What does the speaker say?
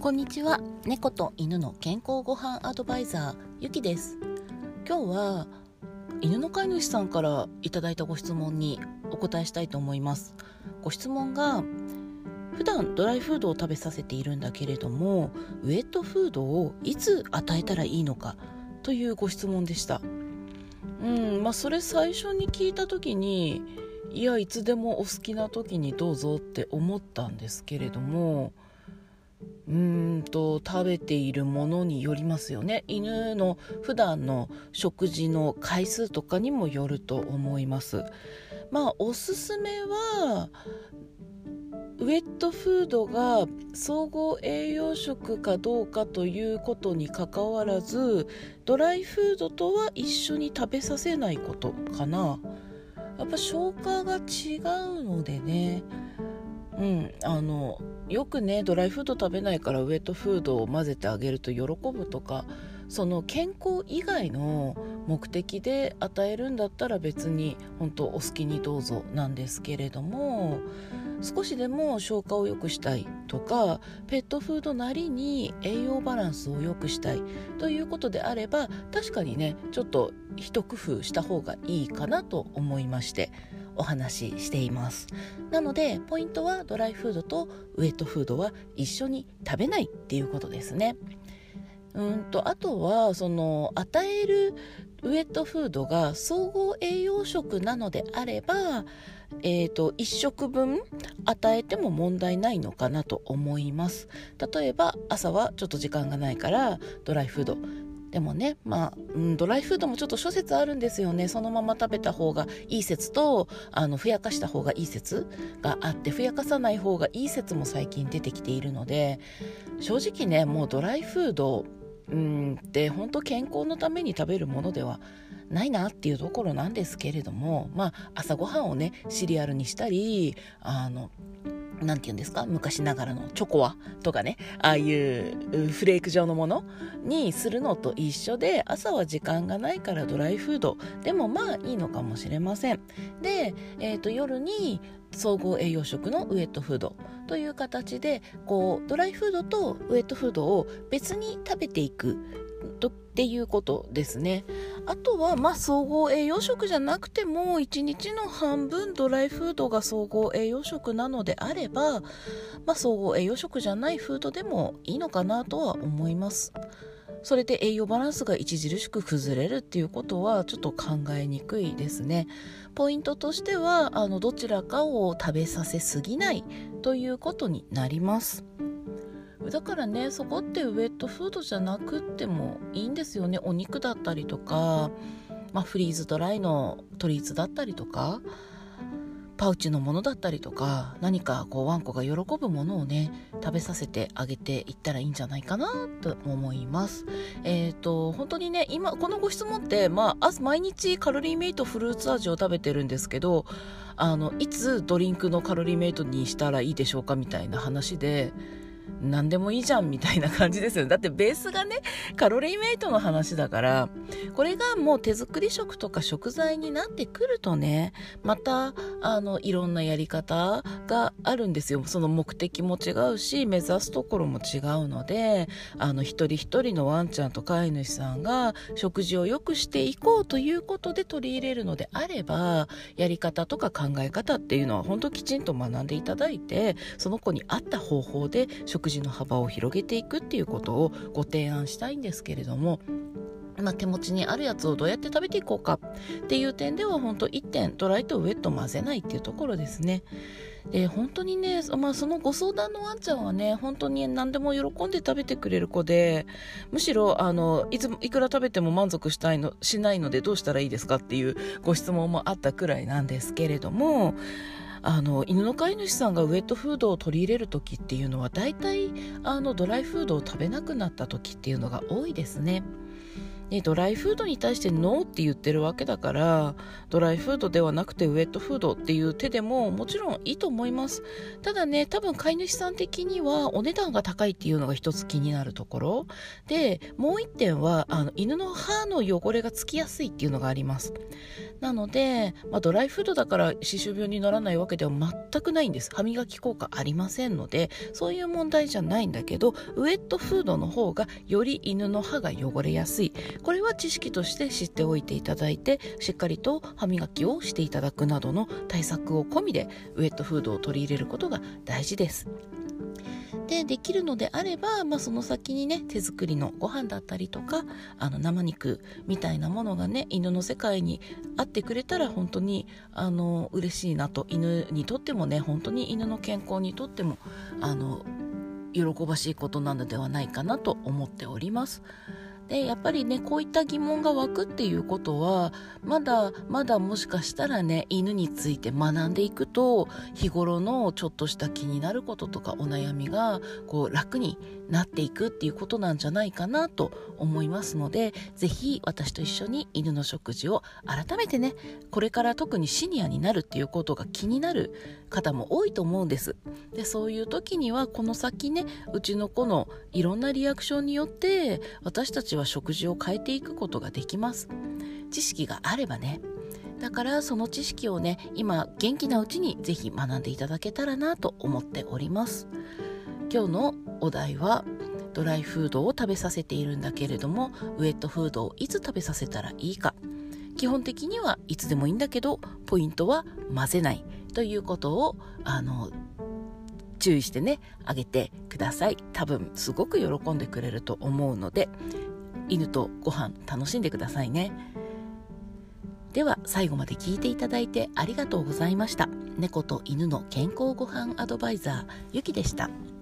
こんにちは。猫と犬の健康ごはんアドバイザーゆきです。今日は犬の飼い主さんからいただいたご質問にお答えしたいと思います。ご質問が、普段ドライフードを食べさせているんだけれども、ウェットフードをいつ与えたらいいのかというご質問でした。それ最初に聞いた時に、いつでもお好きな時にどうぞって思ったんですけれども、食べているものによりますよね。犬の普段の食事の回数とかにもよると思います。おすすめはウェットフードが総合栄養食かどうかということにかかわらず、ドライフードとは一緒に食べさせないことかな。やっぱ消化が違うのでね、よくね、ドライフード食べないからウェットフードを混ぜてあげると喜ぶとか、その健康以外の目的で与えるんだったら別に本当お好きにどうぞなんですけれども、少しでも消化を良くしたいとか、ペットフードなりに栄養バランスを良くしたいということであれば、確かにね、ちょっと一工夫した方がいいかなと思いましてお話ししています。なのでポイントは、ドライフードとウェットフードは一緒に食べないっていうことですね。あとは与えるウェットフードが総合栄養食なのであれば、1食分与えても問題ないのかなと思います。例えば朝はちょっと時間がないからドライフードでもね、ドライフードもちょっと諸説あるんですよね。そのまま食べた方がいい説と、ふやかした方がいい説があって、ふやかさない方がいい説も最近出てきているので、正直ね、もうドライフードって本当健康のために食べるものではないなっていうところなんですけれども、朝ごはんをねシリアルにしたり、なんていうんですか、昔ながらのチョコアとかね、ああいうフレーク状のものにするのと一緒で、朝は時間がないからドライフードでもいいのかもしれません。で、夜に総合栄養食のウェットフードという形で、ドライフードとウェットフードを別に食べていくっていうことですね。あとは総合栄養食じゃなくても、1日の半分ドライフードが総合栄養食なのであれば、総合栄養食じゃないフードでもいいのかなとは思います。それで栄養バランスが著しく崩れるっていうことはちょっと考えにくいですね。ポイントとしてはどちらかを食べさせすぎないということになります。だからね、そこってウェットフードじゃなくってもいいんですよね。お肉だったりとか、フリーズドライのトリーツだったりとか、パウチのものだったりとか、何かワンコが喜ぶものをね食べさせてあげていったらいいんじゃないかなと思います。本当にね、今このご質問って毎日カロリーメイトフルーツ味を食べてるんですけど、いつドリンクのカロリーメイトにしたらいいでしょうかみたいな話で、何でもいいじゃんみたいな感じですよね。だってベースがねカロリーメイトの話だから、これがもう手作り食とか食材になってくるとね、またいろんなやり方があるんですよ。その目的も違うし、目指すところも違うので、一人一人のワンちゃんと飼い主さんが食事を良くしていこうということで取り入れるのであれば、やり方とか考え方っていうのは本当きちんと学んでいただいて、その子に合った方法で食事の幅を広げていくっていうことをご提案したいんですけれども、手持ちにあるやつをどうやって食べていこうかっていう点では、本当1点、ドライとウェット混ぜないっていうところですね。で、本当にね、そのご相談のワンちゃんはね、本当に何でも喜んで食べてくれる子で、むしろいくら食べても満足しないのでどうしたらいいですかっていうご質問もあったくらいなんですけれども、犬の飼い主さんがウェットフードを取り入れる時っていうのは、だいたいドライフードを食べなくなった時っていうのが多いですね。 ね、ドライフードに対してノーって言ってるわけだから、ドライフードではなくてウェットフードっていう手でももちろんいいと思います。ただね、多分飼い主さん的にはお値段が高いっていうのが一つ気になるところで、もう一点は犬の歯の汚れがつきやすいっていうのがあります。なので、ドライフードだから歯周病にならないわけでは全くないんです。歯磨き効果ありませんので、そういう問題じゃないんだけど、ウェットフードの方がより犬の歯が汚れやすい。これは知識として知っておいていただいて、しっかりと歯磨きをしていただくなどの対策を込みでウェットフードを取り入れることが大事です。できるのであれば、その先にね、手作りのご飯だったりとか生肉みたいなものがね、犬の世界にあってくれたら本当に嬉しいなと。犬にとってもね、本当に犬の健康にとっても喜ばしいことなのではないかなと思っております。でやっぱりね、こういった疑問が湧くっていうことは、まだまだもしかしたらね、犬について学んでいくと、日頃のちょっとした気になることとかお悩みが楽になっていくっていうことなんじゃないかなと思いますので、ぜひ私と一緒に犬の食事を改めてね、これから特にシニアになるっていうことが気になる方も多いと思うんです。でそういう時には、この先ね、うちの子のいろんなリアクションによって私たちは食事を変えていくことができます。知識があればね。だからその知識をね、今元気なうちにぜひ学んでいただけたらなと思っております。今日のお題は、ドライフードを食べさせているんだけれども、ウェットフードをいつ食べさせたらいいか。基本的にはいつでもいいんだけど、ポイントは混ぜないということを注意してね、あげてください。多分すごく喜んでくれると思うので、犬とご飯楽しんでくださいね。では最後まで聞いていただいてありがとうございました。猫と犬の健康ご飯アドバイザー、ゆきでした。